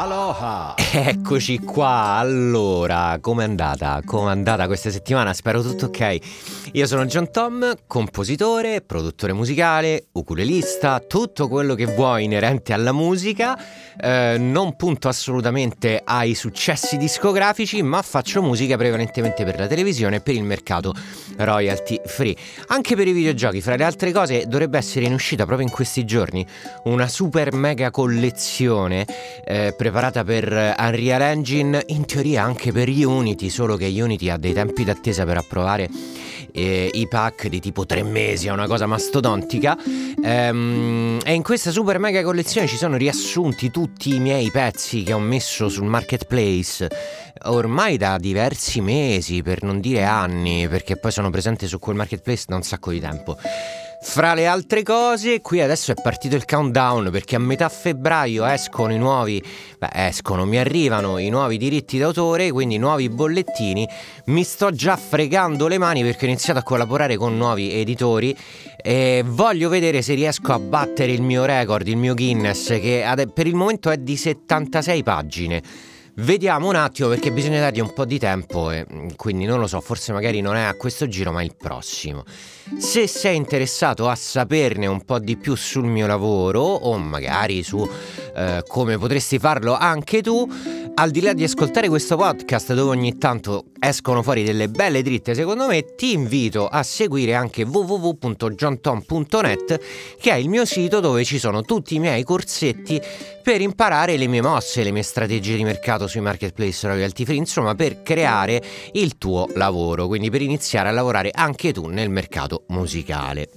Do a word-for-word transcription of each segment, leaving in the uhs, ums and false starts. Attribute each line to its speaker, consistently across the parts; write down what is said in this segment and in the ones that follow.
Speaker 1: Aloha!
Speaker 2: Eccoci qua, allora, com'è andata? Com'è andata questa settimana? Spero tutto ok. Io sono John Tom, compositore, produttore musicale, ukulelista, tutto quello che vuoi inerente alla musica. eh, Non punto assolutamente ai successi discografici, ma faccio musica prevalentemente per la televisione e per il mercato royalty free. Anche per i videogiochi, fra le altre cose, dovrebbe essere in uscita proprio in questi giorni una super mega collezione eh, preparata per Unreal Engine, in teoria anche per Unity, solo che Unity ha dei tempi d'attesa per approvare eh, i pack di tipo tre mesi, è una cosa mastodontica. Ehm, e in questa super mega collezione ci sono riassunti tutti i miei pezzi che ho messo sul marketplace ormai da diversi mesi, per non dire anni, perché poi sono presente su quel marketplace da un sacco di tempo. Fra le altre cose, qui adesso è partito il countdown, perché a metà febbraio escono i nuovi, beh escono, mi arrivano i nuovi diritti d'autore, quindi nuovi bollettini. Mi sto già fregando le mani perché ho iniziato a collaborare con nuovi editori e voglio vedere se riesco a battere il mio record, il mio Guinness, che ad- per il momento è di settantasei pagine. Vediamo un attimo, perché bisogna dargli un po' di tempo e quindi non lo so, forse magari non è a questo giro ma il prossimo. Se sei interessato a saperne un po' di più sul mio lavoro o magari su eh, come potresti farlo anche tu, al di là di ascoltare questo podcast dove ogni tanto escono fuori delle belle dritte secondo me, ti invito a seguire anche w w w punto john tom punto net, che è il mio sito dove ci sono tutti i miei corsetti per imparare le mie mosse, le mie strategie di mercato sui marketplace royalty free, insomma per creare il tuo lavoro, quindi per iniziare a lavorare anche tu nel mercato musicale.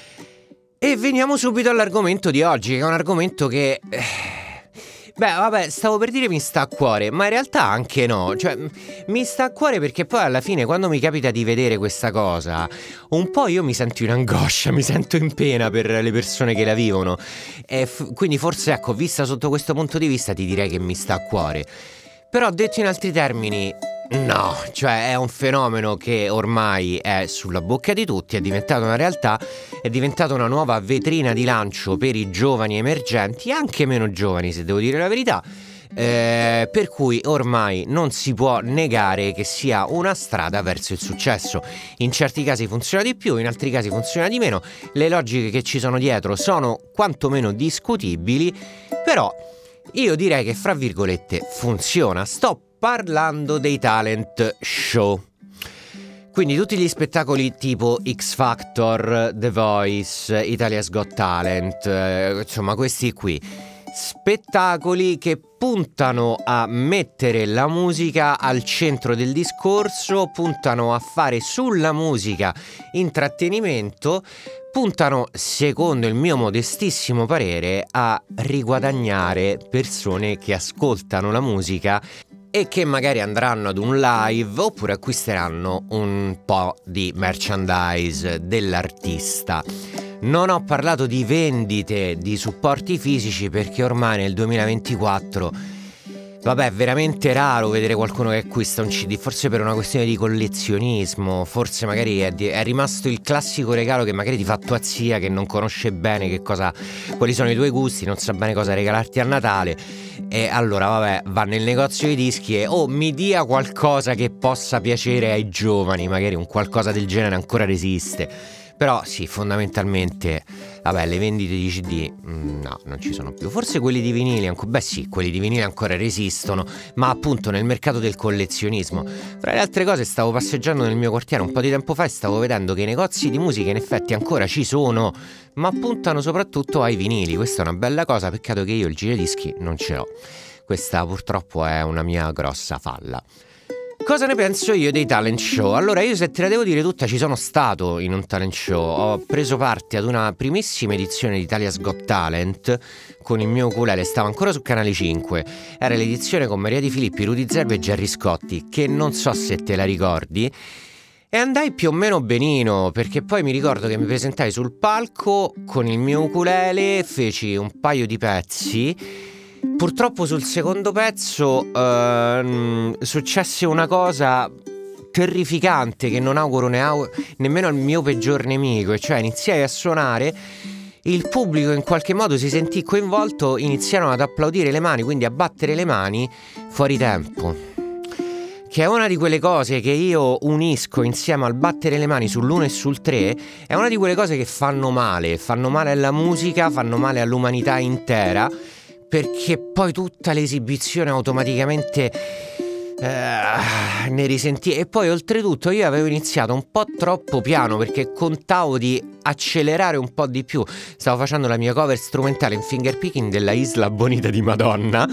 Speaker 2: E veniamo subito all'argomento di oggi, che è un argomento che... Beh, vabbè, stavo per dire mi sta a cuore, ma in realtà anche no. Cioè, mi sta a cuore perché poi alla fine, quando mi capita di vedere questa cosa, un po' io mi sento in angoscia, mi sento in pena per le persone che la vivono. E f- quindi forse, ecco, vista sotto questo punto di vista, ti direi che mi sta a cuore. Però detto in altri termini, no, cioè è un fenomeno che ormai è sulla bocca di tutti, è diventato una realtà, è diventata una nuova vetrina di lancio per i giovani emergenti, anche meno giovani se devo dire la verità, eh, per cui ormai non si può negare che sia una strada verso il successo. In certi casi funziona di più, in altri casi funziona di meno, le logiche che ci sono dietro sono quantomeno discutibili, però io direi che fra virgolette funziona. Sto parlando dei talent show, quindi tutti gli spettacoli tipo X Factor, The Voice, Italia's Got Talent, eh, insomma questi qui, spettacoli che puntano a mettere la musica al centro del discorso, puntano a fare sulla musica intrattenimento, puntano, secondo il mio modestissimo parere, a riguadagnare persone che ascoltano la musica e che magari andranno ad un live oppure acquisteranno un po' di merchandise dell'artista. Non ho parlato di vendite di supporti fisici perché ormai nel duemilaventiquattro, vabbè, è veramente raro vedere qualcuno che acquista un C D, forse per una questione di collezionismo, forse magari è, di, è rimasto il classico regalo che magari ti fa tua zia che non conosce bene che cosa, quali sono i tuoi gusti, non sa bene cosa regalarti a Natale. E allora vabbè, va nel negozio di dischi e oh, mi dia qualcosa che possa piacere ai giovani, magari un qualcosa del genere ancora resiste. Però sì, fondamentalmente, vabbè, le vendite di C D mh, no, non ci sono più. Forse quelli di vinili, anco, beh sì, quelli di vinili ancora resistono, ma appunto nel mercato del collezionismo. Fra le altre cose stavo passeggiando nel mio quartiere un po' di tempo fa e stavo vedendo che i negozi di musica in effetti ancora ci sono, ma puntano soprattutto ai vinili. Questa è una bella cosa, peccato che io il giradischi non ce l'ho. Questa purtroppo è una mia grossa falla. Cosa ne penso io dei talent show? Allora, io se te la devo dire tutta, ci sono stato in un talent show. Ho preso parte ad una primissima edizione di Italia's Got Talent con il mio ukulele, stava ancora su Canale cinque. Era l'edizione con Maria Di Filippi, Rudy Zerbo e Gerry Scotti, che non so se te la ricordi. E andai più o meno benino, perché poi mi ricordo che mi presentai sul palco con il mio ukulele, feci un paio di pezzi. Purtroppo sul secondo pezzo uh, successe una cosa terrificante che non auguro ne auguro nemmeno al mio peggior nemico, e cioè iniziai a suonare il pubblico in qualche modo si sentì coinvolto, iniziarono ad applaudire le mani, quindi a battere le mani fuori tempo, che è una di quelle cose che io unisco insieme al battere le mani sull'uno e sul tre. È una di quelle cose che fanno male, fanno male alla musica, fanno male all'umanità intera, perché poi tutta l'esibizione automaticamente eh, ne risentì. E poi oltretutto io avevo iniziato un po' troppo piano, perché contavo di accelerare un po' di più. Stavo facendo la mia cover strumentale in finger picking della Isla Bonita di Madonna.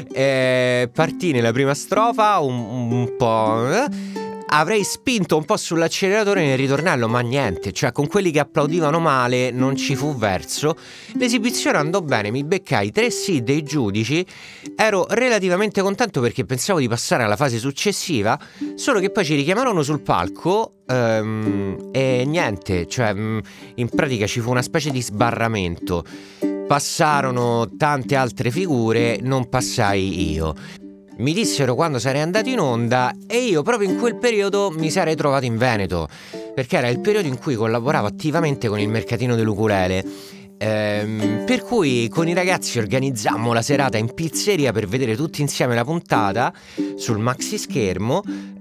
Speaker 2: Eh, partì nella prima strofa un, un po' eh, avrei spinto un po' sull'acceleratore nel ritornello, ma niente, cioè con quelli che applaudivano male non ci fu verso. L'esibizione andò bene, mi beccai tre sì dei giudici, ero relativamente contento perché pensavo di passare alla fase successiva, solo che poi ci richiamarono sul palco um, e niente, cioè um, in pratica ci fu una specie di sbarramento. Passarono tante altre figure, non passai io. Mi dissero quando sarei andato in onda e io proprio in quel periodo mi sarei trovato in Veneto, perché era il periodo in cui collaboravo attivamente con il mercatino dell'ukulele. Ehm, per cui con i ragazzi organizzammo la serata in pizzeria per vedere tutti insieme la puntata sul maxi schermo.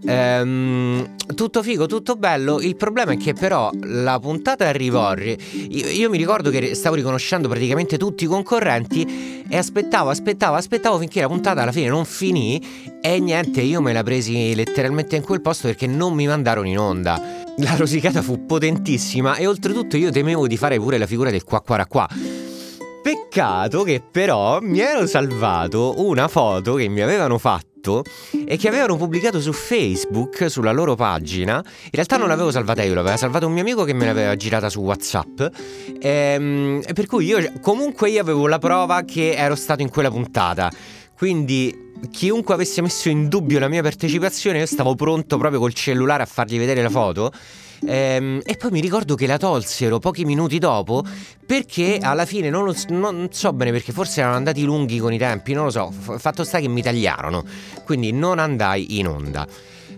Speaker 2: Ehm, tutto figo, tutto bello. Il problema è che però la puntata arrivò, io, io mi ricordo che stavo riconoscendo praticamente tutti i concorrenti e aspettavo, aspettavo, aspettavo finché la puntata alla fine non finì e niente, io me la presi letteralmente in quel posto perché non mi mandarono in onda. La rosicata fu potentissima e oltretutto io temevo di fare pure la figura del qua qua qua. Peccato che però mi ero salvato una foto che mi avevano fatto e che avevano pubblicato su Facebook, sulla loro pagina. In realtà non l'avevo salvata io, l'aveva salvata un mio amico che me l'aveva girata su WhatsApp. E, e per cui io comunque io avevo la prova che ero stato in quella puntata. Quindi chiunque avesse messo in dubbio la mia partecipazione, io stavo pronto proprio col cellulare a fargli vedere la foto. Ehm, e poi mi ricordo che la tolsero pochi minuti dopo perché alla fine non, lo, non so bene, perché forse erano andati lunghi con i tempi, non lo so. Fatto sta che mi tagliarono, quindi non andai in onda.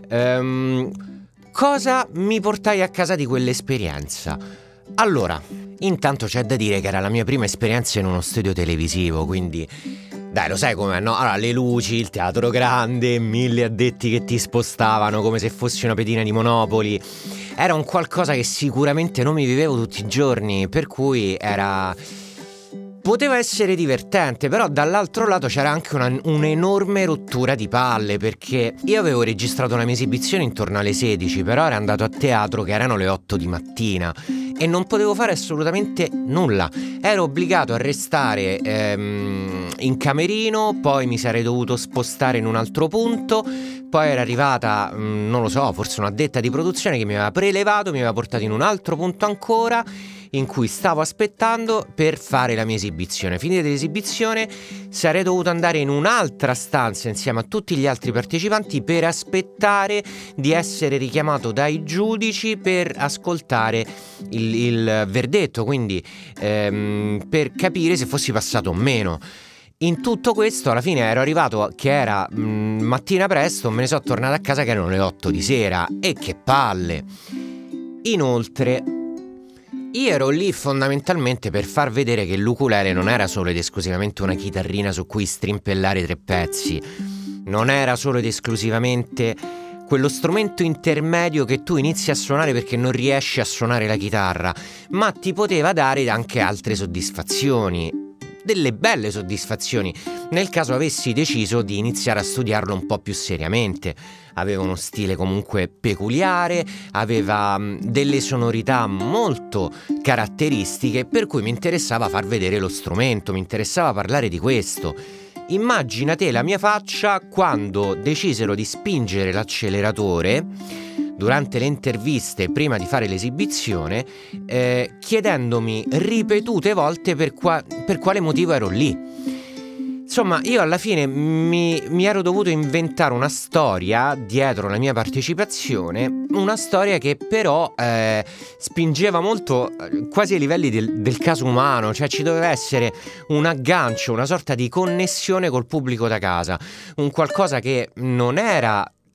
Speaker 2: Ehm, cosa mi portai a casa di quell'esperienza? Allora, intanto c'è da dire che era la mia prima esperienza in uno studio televisivo, quindi dai, lo sai com'è, no? Allora, le luci, il teatro grande, mille addetti che ti spostavano come se fossi una pedina di Monopoli. Era un qualcosa che sicuramente non mi vivevo tutti i giorni, per cui era... poteva essere divertente, però dall'altro lato c'era anche una, un'enorme rottura di palle, perché io avevo registrato una mia esibizione intorno alle sedici, però ero andato a teatro che erano le otto di mattina e non potevo fare assolutamente nulla. Ero obbligato a restare ehm, in camerino, poi mi sarei dovuto spostare in un altro punto, poi era arrivata, mh, non lo so, forse un'addetta di produzione che mi aveva prelevato, mi aveva portato in un altro punto ancora, in cui stavo aspettando per fare la mia esibizione. Finita l'esibizione sarei dovuto andare in un'altra stanza insieme a tutti gli altri partecipanti per aspettare di essere richiamato dai giudici per ascoltare il, il verdetto, quindi ehm, per capire se fossi passato o meno. In tutto questo alla fine ero arrivato che era mh, mattina presto, me ne sono tornato a casa che erano le otto di sera, e che palle. Inoltre io ero lì fondamentalmente per far vedere che l'ukulele non era solo ed esclusivamente una chitarrina su cui strimpellare tre pezzi, non era solo ed esclusivamente quello strumento intermedio che tu inizi a suonare perché non riesci a suonare la chitarra, ma ti poteva dare anche altre soddisfazioni, delle belle soddisfazioni, nel caso avessi deciso di iniziare a studiarlo un po' più seriamente. Aveva uno stile comunque peculiare, aveva delle sonorità molto caratteristiche, per cui mi interessava far vedere lo strumento, mi interessava parlare di questo. Immagina te la mia faccia quando decisero di spingere l'acceleratore durante le interviste prima di fare l'esibizione, eh, chiedendomi ripetute volte per, qua- per quale motivo ero lì. Insomma, io alla fine mi, mi ero dovuto inventare una storia dietro la mia partecipazione, una storia che però eh, spingeva molto, quasi ai livelli del, del caso umano, cioè ci doveva essere un aggancio, una sorta di connessione col pubblico da casa, un qualcosa che non era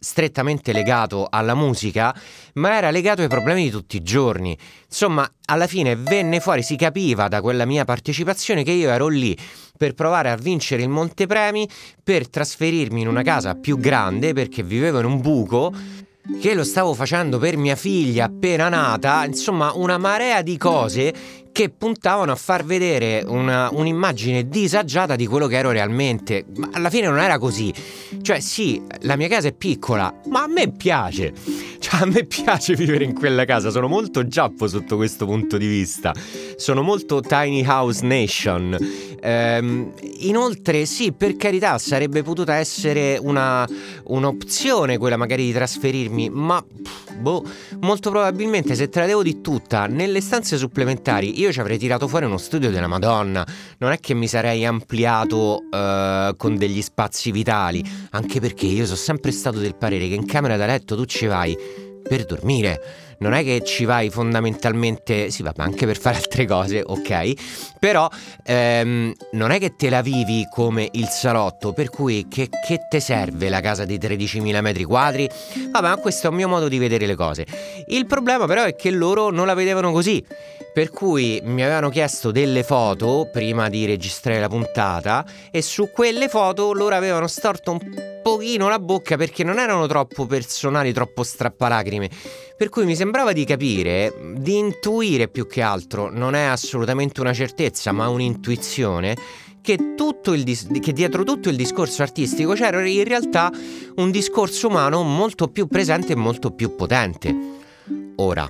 Speaker 2: strettamente legato alla musica, ma era legato ai problemi di tutti i giorni. Insomma, alla fine venne fuori, si capiva da quella mia partecipazione che io ero lì per provare a vincere il montepremi, per trasferirmi in una casa più grande, perché vivevo in un buco, che lo stavo facendo per mia figlia appena nata. Insomma, una marea di cose che puntavano a far vedere una, un'immagine disagiata di quello che ero realmente. Ma alla fine non era così. Cioè sì, la mia casa è piccola, ma a me piace. Cioè a me piace vivere in quella casa. Sono molto giappo sotto questo punto di vista. Sono molto tiny house nation. Ehm, inoltre sì, per carità, sarebbe potuta essere una, un'opzione quella magari di trasferirmi, ma boh, molto probabilmente se te la devo di tutta, nelle stanze supplementari io ci avrei tirato fuori uno studio della Madonna. Non è che mi sarei ampliato uh, con degli spazi vitali, anche perché io sono sempre stato del parere che in camera da letto tu ci vai per dormire, non è che ci vai fondamentalmente, sì vabbè, anche per fare altre cose, ok, però ehm, non è che te la vivi come il salotto, per cui che, che te serve la casa di tredicimila metri quadri? Vabbè, ma questo è un mio modo di vedere le cose. Il problema però è che loro non la vedevano così, per cui mi avevano chiesto delle foto prima di registrare la puntata e su quelle foto loro avevano storto un pochino la bocca perché non erano troppo personali, troppo strappalacrime, per cui mi sembrava di capire, di intuire più che altro, non è assolutamente una certezza ma un'intuizione, che, tutto il dis- che dietro tutto il discorso artistico c'era in realtà un discorso umano molto più presente e molto più potente. Ora,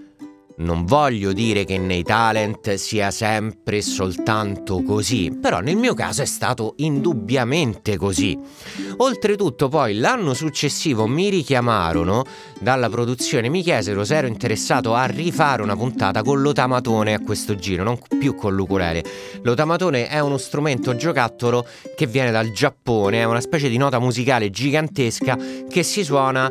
Speaker 2: non voglio dire che nei talent sia sempre soltanto così, però nel mio caso è stato indubbiamente così. Oltretutto poi l'anno successivo mi richiamarono dalla produzione, mi chiesero se ero interessato a rifare una puntata con l'otamatone a questo giro, non più con l'ukulele. L'otamatone è uno strumento giocattolo che viene dal Giappone, è una specie di nota musicale gigantesca che si suona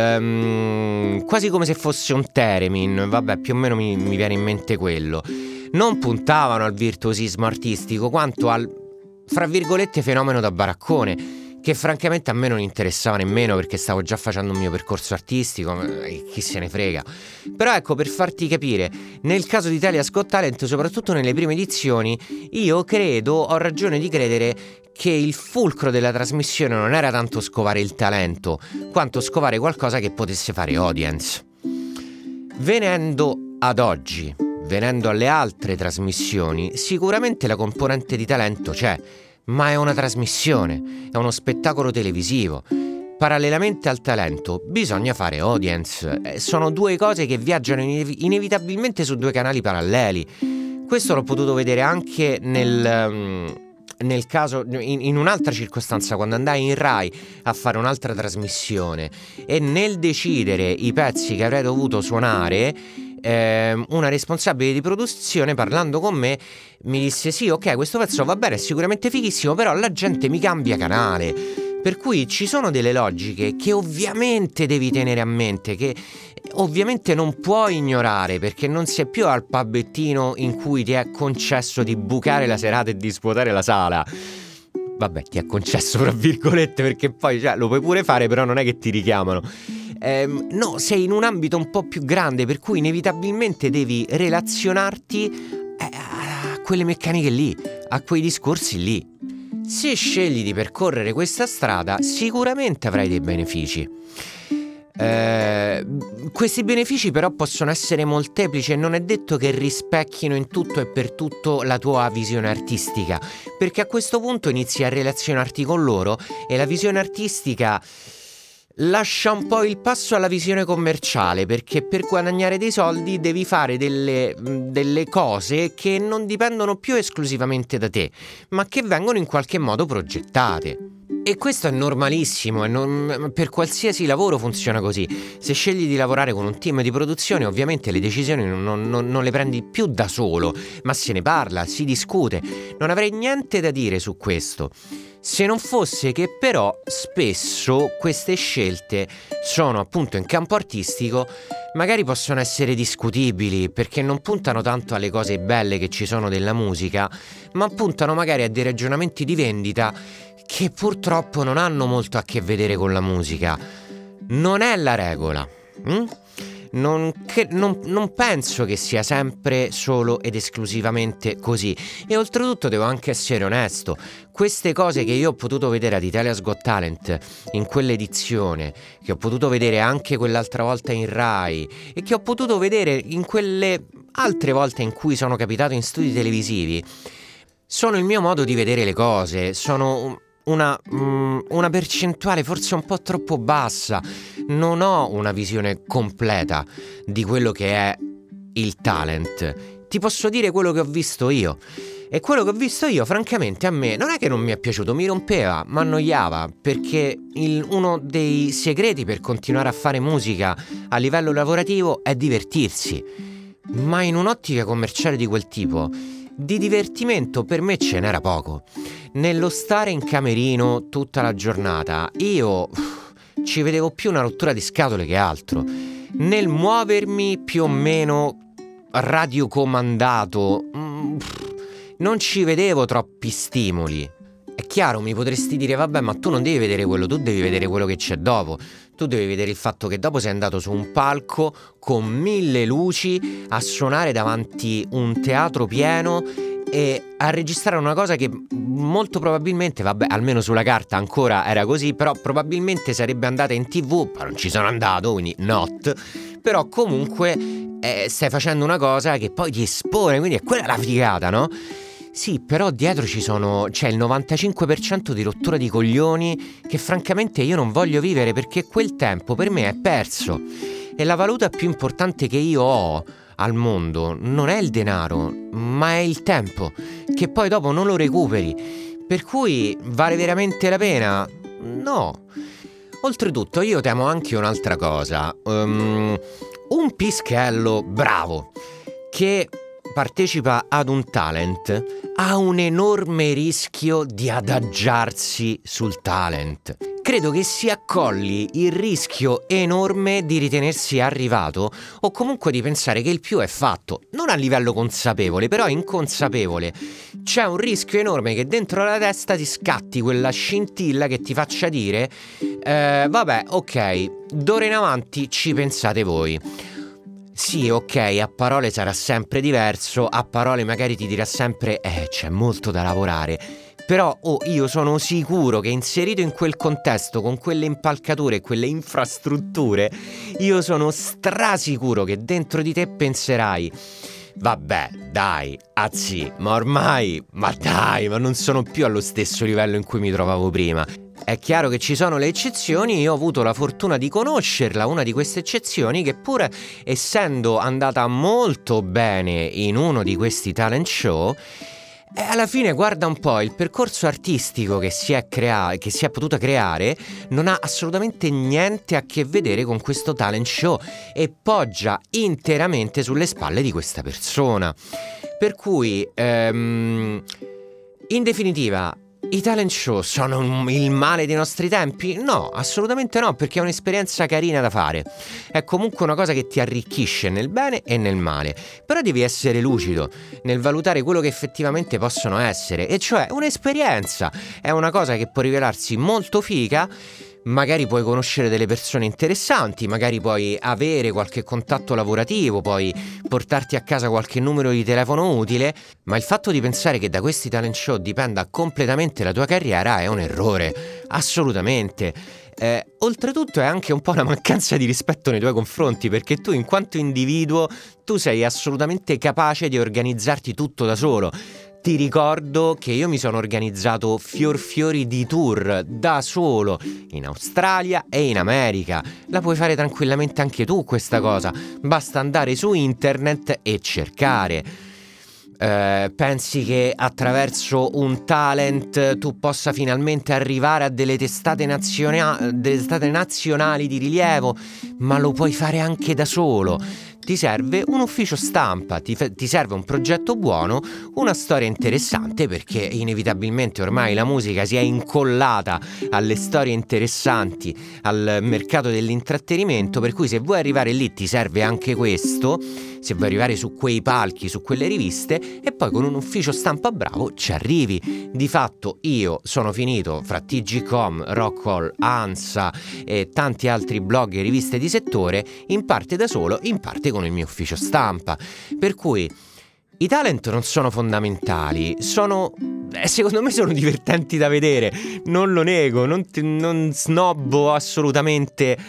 Speaker 2: um, quasi come se fosse un theremin, vabbè, più o meno mi, mi viene in mente quello. Non puntavano al virtuosismo artistico quanto al, fra virgolette, fenomeno da baraccone, che francamente a me non interessava nemmeno perché stavo già facendo un mio percorso artistico e chi se ne frega. Però ecco, per farti capire, nel caso di Italia's Got Talent, soprattutto nelle prime edizioni, io credo, ho ragione di credere che il fulcro della trasmissione non era tanto scovare il talento quanto scovare qualcosa che potesse fare audience. Venendo ad oggi, venendo alle altre trasmissioni, sicuramente la componente di talento c'è, ma è una trasmissione, è uno spettacolo televisivo. Parallelamente al talento bisogna fare audience. Sono due cose che viaggiano inev- inevitabilmente su due canali paralleli. Questo l'ho potuto vedere anche nel... Um, nel caso, in, in un'altra circostanza, quando andai in Rai a fare un'altra trasmissione e nel decidere i pezzi che avrei dovuto suonare, eh, una responsabile di produzione, parlando con me, mi disse: sì, ok, questo pezzo va bene, è sicuramente fighissimo, però la gente mi cambia canale. Per cui ci sono delle logiche che ovviamente devi tenere a mente, che ovviamente non puoi ignorare, perché non sei più al pubbettino in cui ti è concesso di bucare la serata e di svuotare la sala. Vabbè, ti è concesso fra virgolette, perché poi cioè, lo puoi pure fare, però non è che ti richiamano. Ehm, no, sei in un ambito un po' più grande, per cui inevitabilmente devi relazionarti a quelle meccaniche lì, a quei discorsi lì. Se scegli di percorrere questa strada, sicuramente avrai dei benefici. Eh, questi benefici però possono essere molteplici e non è detto che rispecchino in tutto e per tutto la tua visione artistica, perché a questo punto inizi a relazionarti con loro e la visione artistica lascia un po' il passo alla visione commerciale, perché per guadagnare dei soldi devi fare delle, delle cose che non dipendono più esclusivamente da te, ma che vengono in qualche modo progettate. E questo è normalissimo, e non, per qualsiasi lavoro funziona così. Se scegli di lavorare con un team di produzione, ovviamente le decisioni non, non, non le prendi più da solo, ma se ne parla, si discute. Non avrei niente da dire su questo, se non fosse che però spesso queste scelte sono appunto in campo artistico, magari possono essere discutibili perché non puntano tanto alle cose belle che ci sono della musica, ma puntano magari a dei ragionamenti di vendita che purtroppo non hanno molto a che vedere con la musica. non è la regola. Mm? Non, che, non, non penso che sia sempre solo ed esclusivamente così. E oltretutto devo anche essere onesto, queste cose che io ho potuto vedere ad Italia's Got Talent in quell'edizione, che ho potuto vedere anche quell'altra volta in Rai e che ho potuto vedere in quelle altre volte in cui sono capitato in studi televisivi, sono il mio modo di vedere le cose, sono una, mm, una percentuale forse un po' troppo bassa. Non ho una visione completa di quello che è il talent. Ti posso dire quello che ho visto io. E quello che ho visto io, francamente, a me non è che non mi è piaciuto, mi rompeva, mi annoiava, perché il, uno dei segreti per continuare a fare musica a livello lavorativo è divertirsi. Ma in un'ottica commerciale di quel tipo, di divertimento per me ce n'era poco. Nello stare in camerino tutta la giornata, io ci vedevo più una rottura di scatole che altro. Nel muovermi più o meno radiocomandato, non ci vedevo troppi stimoli. È chiaro, mi potresti dire, vabbè, ma tu non devi vedere quello, tu devi vedere quello che c'è dopo. Tu devi vedere il fatto che dopo sei andato su un palco con mille luci a suonare davanti un teatro pieno e a registrare una cosa che molto probabilmente, vabbè, almeno sulla carta ancora era così, però probabilmente sarebbe andata in tv, ma non ci sono andato, quindi not. Però comunque eh, stai facendo una cosa che poi ti espone, quindi è quella la figata, no? Sì, però dietro ci sono, c'è il novantacinque per cento di rottura di coglioni che francamente io non voglio vivere, perché quel tempo per me è perso. E la valuta più importante che io ho al mondo non è il denaro, ma è il tempo, che poi dopo non lo recuperi. Per cui vale veramente la pena? No. Oltretutto io temo anche un'altra cosa. Um, un pischello bravo che partecipa ad un talent ha un enorme rischio di adagiarsi sul talent. Credo che si accolli il rischio enorme di ritenersi arrivato, o comunque di pensare che il più è fatto, non a livello consapevole, però inconsapevole. C'è un rischio enorme che dentro la testa ti scatti quella scintilla che ti faccia dire eh, vabbè, ok, d'ora in avanti ci pensate voi. Sì, ok, a parole sarà sempre diverso, a parole magari ti dirà sempre eh, c'è molto da lavorare. Però oh, io sono sicuro che inserito in quel contesto, con quelle impalcature e quelle infrastrutture, io sono strasicuro che dentro di te penserai vabbè, dai, azzi, ma ormai, ma dai, ma non sono più allo stesso livello in cui mi trovavo prima. È chiaro che ci sono le eccezioni, io ho avuto la fortuna di conoscerla, una di queste eccezioni che pur essendo andata molto bene in uno di questi talent show, e alla fine guarda un po', il percorso artistico che si è crea- che si è potuta creare non ha assolutamente niente a che vedere con questo talent show e poggia interamente sulle spalle di questa persona. Per cui, ehm, in definitiva, i talent show sono il male dei nostri tempi? No, assolutamente no, perché è un'esperienza carina da fare. È comunque una cosa che ti arricchisce nel bene e nel male. Però devi essere lucido nel valutare quello che effettivamente possono essere, e cioè un'esperienza. È una cosa che può rivelarsi molto figa. Magari puoi conoscere delle persone interessanti, magari puoi avere qualche contatto lavorativo, puoi portarti a casa qualche numero di telefono utile, ma il fatto di pensare che da questi talent show dipenda completamente la tua carriera è un errore, assolutamente. Eh, oltretutto è anche un po' una mancanza di rispetto nei tuoi confronti, perché tu in quanto individuo tu sei assolutamente capace di organizzarti tutto da solo. Ti ricordo che io mi sono organizzato fior fiori di tour da solo in Australia e in America. La puoi fare tranquillamente anche tu questa cosa, basta andare su internet e cercare. Eh, pensi che attraverso un talent tu possa finalmente arrivare a delle testate, naziona- delle testate nazionali di rilievo, ma lo puoi fare anche da solo. ti serve un ufficio stampa, ti, ti serve un progetto buono, una storia interessante, perché inevitabilmente ormai la musica si è incollata alle storie interessanti, al mercato dell'intrattenimento, per cui se vuoi arrivare lì ti serve anche questo, se vuoi arrivare su quei palchi, su quelle riviste, e poi con un ufficio stampa bravo ci arrivi. Di fatto io sono finito fra T G punto com, Rockall, ANSA e tanti altri blog e riviste di settore, in parte da solo, in parte con il mio ufficio stampa, per cui i talent non sono fondamentali, sono, eh, secondo me sono divertenti da vedere, non lo nego, non, non snobbo assolutamente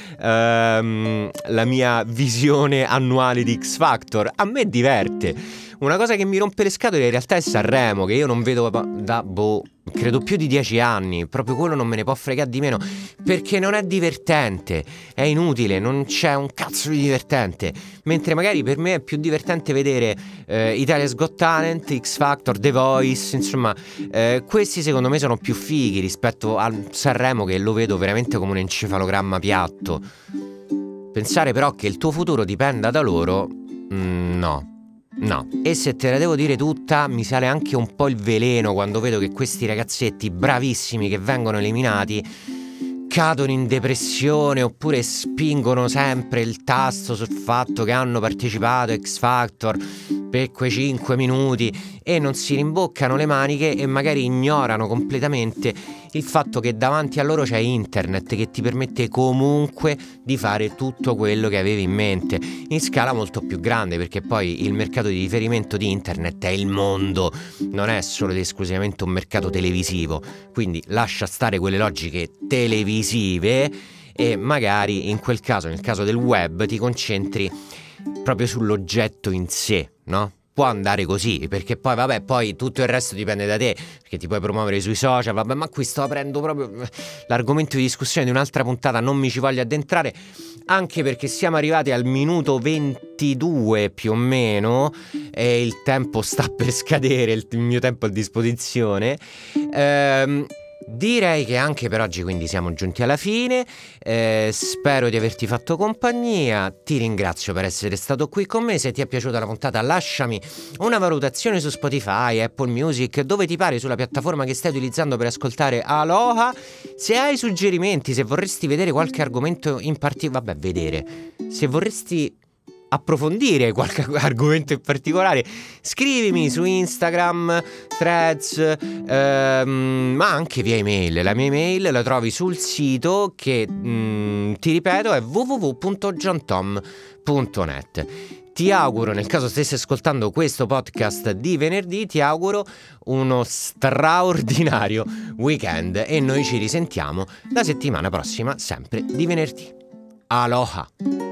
Speaker 2: ehm, la mia visione annuale di X Factor, a me diverte. Una cosa che mi rompe le scatole in realtà è Sanremo, che io non vedo da, boh, credo più di dieci anni, proprio quello non me ne può fregare di meno, perché non è divertente, è inutile, non c'è un cazzo di divertente, mentre magari per me è più divertente vedere eh, Italia's Got Talent, X Factor, The Voice, insomma, eh, questi secondo me sono più fighi rispetto a Sanremo, che lo vedo veramente come un encefalogramma piatto. Pensare però che il tuo futuro dipenda da loro, mm, no. No, e se te la devo dire tutta, mi sale anche un po' il veleno quando vedo che questi ragazzetti bravissimi che vengono eliminati cadono in depressione, oppure spingono sempre il tasto sul fatto che hanno partecipato a X Factor per quei cinque minuti e non si rimboccano le maniche e magari ignorano completamente il fatto che davanti a loro c'è internet che ti permette comunque di fare tutto quello che avevi in mente, in scala molto più grande, perché poi il mercato di riferimento di internet è il mondo, non è solo ed esclusivamente un mercato televisivo, quindi lascia stare quelle logiche televisive e magari in quel caso, nel caso del web, ti concentri proprio sull'oggetto in sé, no? Può andare così, perché poi vabbè, poi tutto il resto dipende da te, perché ti puoi promuovere sui social, vabbè, ma qui sto aprendo proprio l'argomento di discussione di un'altra puntata, non mi ci voglio addentrare, anche perché siamo arrivati al minuto ventidue più o meno e il tempo sta per scadere, il mio tempo a disposizione. Ehm Direi che anche per oggi quindi siamo giunti alla fine, eh, spero di averti fatto compagnia, ti ringrazio per essere stato qui con me, se ti è piaciuta la puntata lasciami una valutazione su Spotify, Apple Music, dove ti pare, sulla piattaforma che stai utilizzando per ascoltare Aloha. Se hai suggerimenti, se vorresti vedere qualche argomento in particolare, vabbè, vedere, se vorresti approfondire qualche argomento in particolare, scrivimi su Instagram, Threads, ehm, ma anche via email. La mia email la trovi sul sito che mm, ti ripeto è w w w punto john tom punto net. Ti auguro, nel caso stessi ascoltando questo podcast di venerdì, ti auguro uno straordinario weekend e noi ci risentiamo la settimana prossima, sempre di venerdì. Aloha!